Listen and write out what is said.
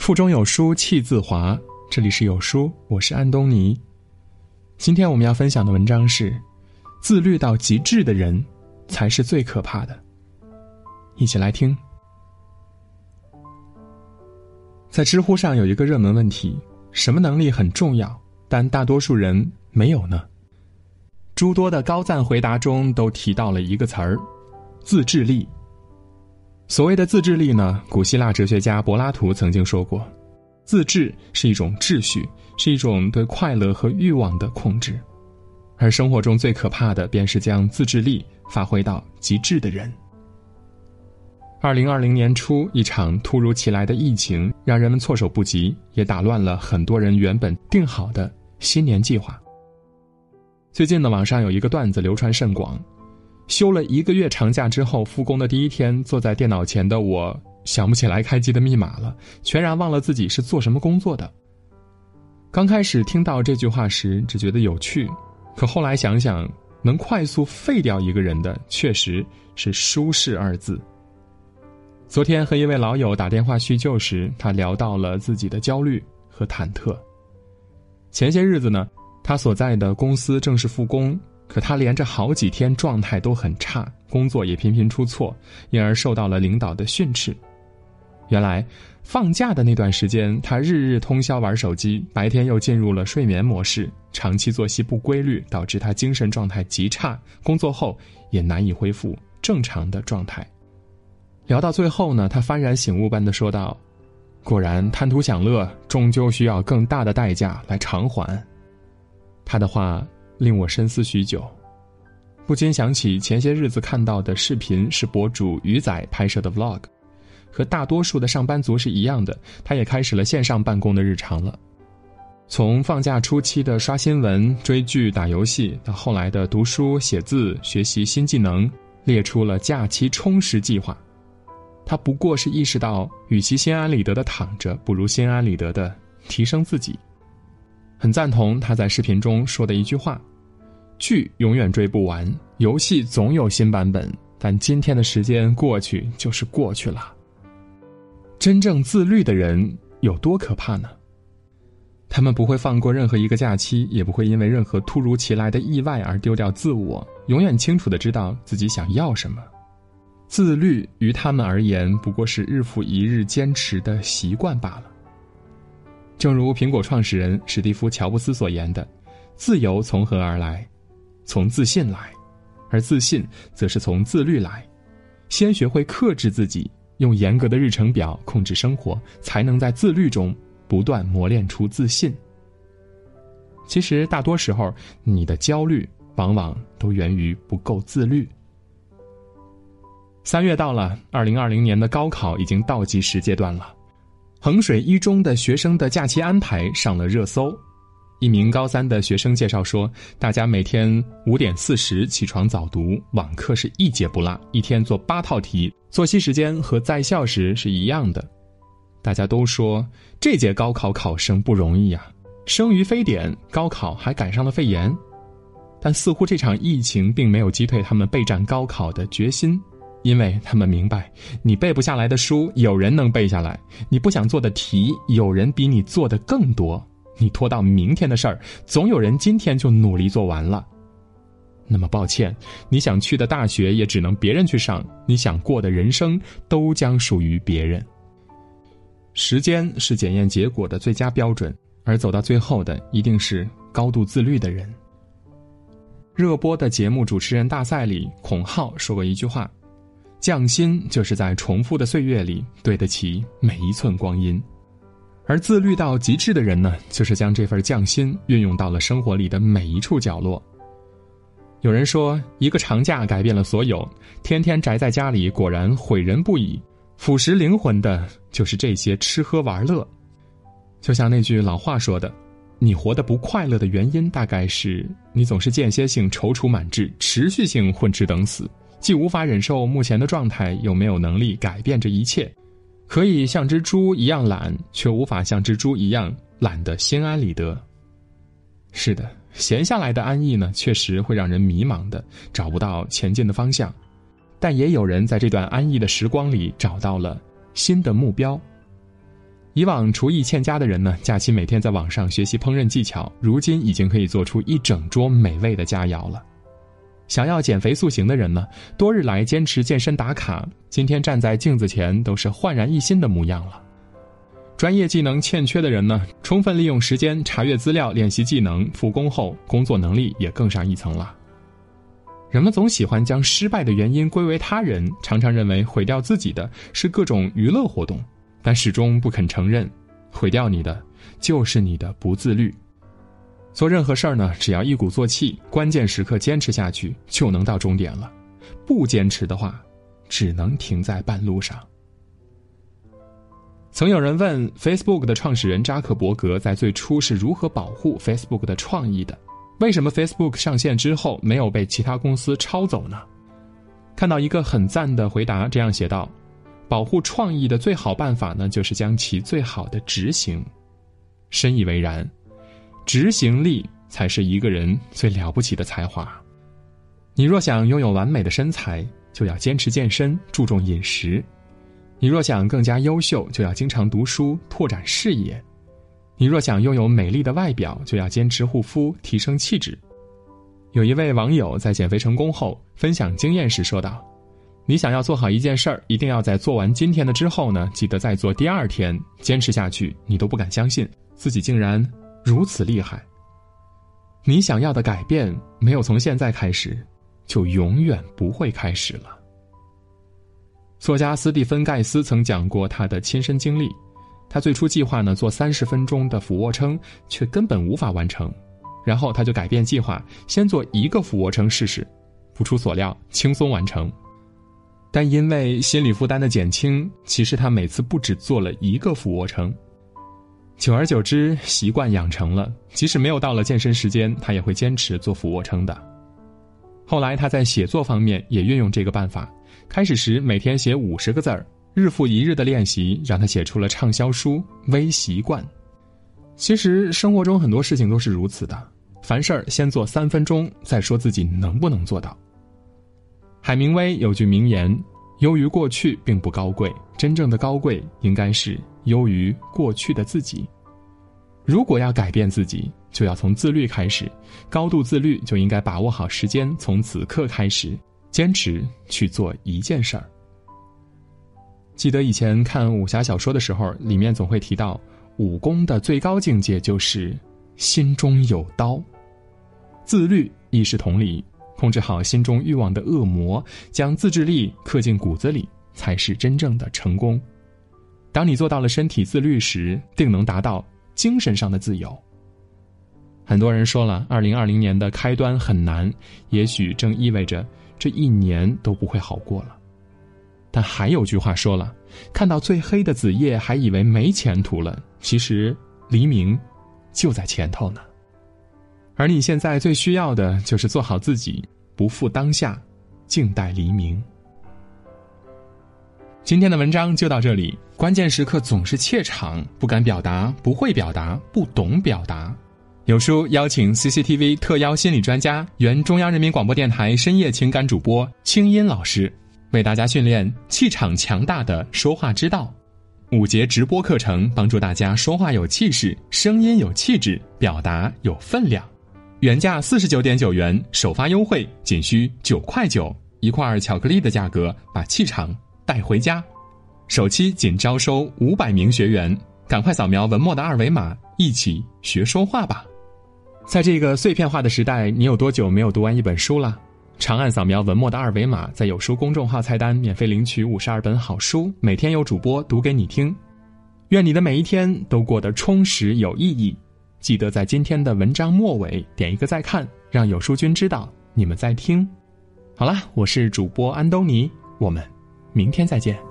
腹中有书气自华，这里是有书，我是安东尼。今天我们要分享的文章是自律到极致的人才是最可怕的。一起来听。在知乎上有一个热门问题，什么能力很重要，但大多数人没有呢？诸多的高赞回答中都提到了一个词儿，自制力。所谓的自制力呢，古希腊哲学家柏拉图曾经说过，自制是一种秩序，是一种对快乐和欲望的控制。而生活中最可怕的便是将自制力发挥到极致的人。2020年初，一场突如其来的疫情让人们措手不及，也打乱了很多人原本定好的新年计划。最近呢，网上有一个段子流传甚广，休了1个月长假之后，复工的第一天，坐在电脑前的我想不起来开机的密码了，全然忘了自己是做什么工作的。刚开始听到这句话时只觉得有趣，可后来想想，能快速废掉一个人的确实是舒适2字。昨天和一位老友打电话叙旧时，他聊到了自己的焦虑和忐忑。前些日子呢，他所在的公司正式复工，可他连着好几天状态都很差，工作也频频出错，因而受到了领导的训斥。原来放假的那段时间，他日日通宵玩手机，白天又进入了睡眠模式，长期作息不规律导致他精神状态极差，工作后也难以恢复正常的状态。聊到最后呢，他幡然醒悟般地说道，果然贪图享乐终究需要更大的代价来偿还。他的话令我深思许久，不禁想起前些日子看到的视频，是博主鱼仔拍摄的 vlog。 和大多数的上班族是一样的，他也开始了线上办公的日常了。从放假初期的刷新闻、追剧、打游戏，到后来的读书、写字、学习新技能，列出了假期充实计划。他不过是意识到，与其心安理得的躺着，不如心安理得的提升自己。很赞同他在视频中说的一句话，剧永远追不完，游戏总有新版本，但今天的时间过去就是过去了。真正自律的人有多可怕呢？他们不会放过任何一个假期，也不会因为任何突如其来的意外而丢掉自我，永远清楚地知道自己想要什么。自律于他们而言，不过是日复一日坚持的习惯罢了。正如苹果创始人史蒂夫·乔布斯所言的，自由从何而来？从自信来，而自信则是从自律来。先学会克制自己，用严格的日程表控制生活，才能在自律中不断磨练出自信。其实大多时候，你的焦虑往往都源于不够自律。3月到了，2020年的高考已经倒计时阶段了。衡水一中的学生的假期安排上了热搜。一名高3的学生介绍说，大家每天5点40起床早读，网课是1节不落，一天做8套题，作息时间和在校时是一样的。大家都说这届高考考生不容易啊，生于非典，高考还赶上了肺炎。但似乎这场疫情并没有击退他们备战高考的决心，因为他们明白，你背不下来的书有人能背下来，你不想做的题有人比你做的更多，你拖到明天的事儿总有人今天就努力做完了。那么抱歉，你想去的大学也只能别人去上，你想过的人生都将属于别人。时间是检验结果的最佳标准，而走到最后的一定是高度自律的人。热播的节目主持人大赛里，孔浩说过一句话，匠心就是在重复的岁月里对得起每一寸光阴。而自律到极致的人呢，就是将这份匠心运用到了生活里的每一处角落。有人说，一个长假改变了所有，天天宅在家里果然毁人不已，腐蚀灵魂的就是这些吃喝玩乐。就像那句老话说的，你活得不快乐的原因大概是你总是间歇性踌躇满志，持续性混吃等死，既无法忍受目前的状态，又没有能力改变这一切，可以像只猪一样懒，却无法像只猪一样懒得心安理得。是的，闲下来的安逸呢，确实会让人迷茫的，找不到前进的方向。但也有人在这段安逸的时光里找到了新的目标。 以往厨艺欠佳的人呢，假期每天在网上学习烹饪技巧，如今已经可以做出一整桌美味的佳肴了。想要减肥塑形的人呢，多日来坚持健身打卡，今天站在镜子前都是焕然一新的模样了。专业技能欠缺的人呢，充分利用时间查阅资料练习技能，复工后工作能力也更上一层了。人们总喜欢将失败的原因归为他人，常常认为毁掉自己的是各种娱乐活动，但始终不肯承认，毁掉你的就是你的不自律。做任何事儿呢，只要一鼓作气，关键时刻坚持下去，就能到终点了。不坚持的话，只能停在半路上。曾有人问 Facebook 的创始人扎克伯格在最初是如何保护 Facebook 的创意的？为什么 Facebook 上线之后没有被其他公司抄走呢？看到一个很赞的回答，这样写道：保护创意的最好办法呢，就是将其最好的执行。深以为然，执行力才是一个人最了不起的才华。你若想拥有完美的身材，就要坚持健身，注重饮食；你若想更加优秀，就要经常读书，拓展视野；你若想拥有美丽的外表，就要坚持护肤，提升气质。有一位网友在减肥成功后分享经验时说道：你想要做好一件事儿，一定要在做完今天的之后呢，记得再做第二天，坚持下去，你都不敢相信自己竟然如此厉害。你想要的改变没有从现在开始，就永远不会开始了。作家斯蒂芬·盖斯曾讲过他的亲身经历，他最初计划呢做30分钟的俯卧撑，却根本无法完成。然后他就改变计划，先做1个俯卧撑试试，不出所料，轻松完成。但因为心理负担的减轻，其实他每次不只做了1个俯卧撑。久而久之，习惯养成了，即使没有到了健身时间，他也会坚持做俯卧撑的。后来他在写作方面也运用这个办法，开始时每天写50个字儿，日复一日的练习让他写出了畅销书《微习惯》。其实生活中很多事情都是如此的，凡事先做3分钟，再说自己能不能做到。海明威有句名言：优于过去并不高贵，真正的高贵应该是优于过去的自己。如果要改变自己，就要从自律开始，高度自律就应该把握好时间，从此刻开始坚持去做一件事儿。记得以前看武侠小说的时候，里面总会提到武功的最高境界就是心中有刀。自律亦是同理，控制好心中欲望的恶魔，将自制力刻进骨子里，才是真正的成功。当你做到了身体自律时，定能达到精神上的自由。很多人说了，2020年的开端很难，也许正意味着这1年都不会好过了。但还有句话说了，看到最黑的子夜还以为没前途了，其实黎明就在前头呢。而你现在最需要的就是做好自己，不负当下，静待黎明。今天的文章就到这里，关键时刻总是怯场，不敢表达，不会表达，不懂表达。有书邀请 CCTV 特邀心理专家，原中央人民广播电台深夜情感主播清音老师，为大家训练气场强大的说话之道。5节直播课程，帮助大家说话有气势，声音有气质，表达有分量。原价49.9元，首发优惠仅需9.9块，1块巧克力的价格，把气场带回家。首期仅招收500名学员，赶快扫描文末的2维码，一起学说话吧。在这个碎片化的时代，你有多久没有读完一本书了？长按扫描文末的2维码，在有书公众号菜单免费领取52本好书，每天有主播读给你听。愿你的每一天都过得充实有意义。记得在今天的文章末尾点一个再看，让有书君知道你们在听。好了，我是主播安东尼，我们明天再见。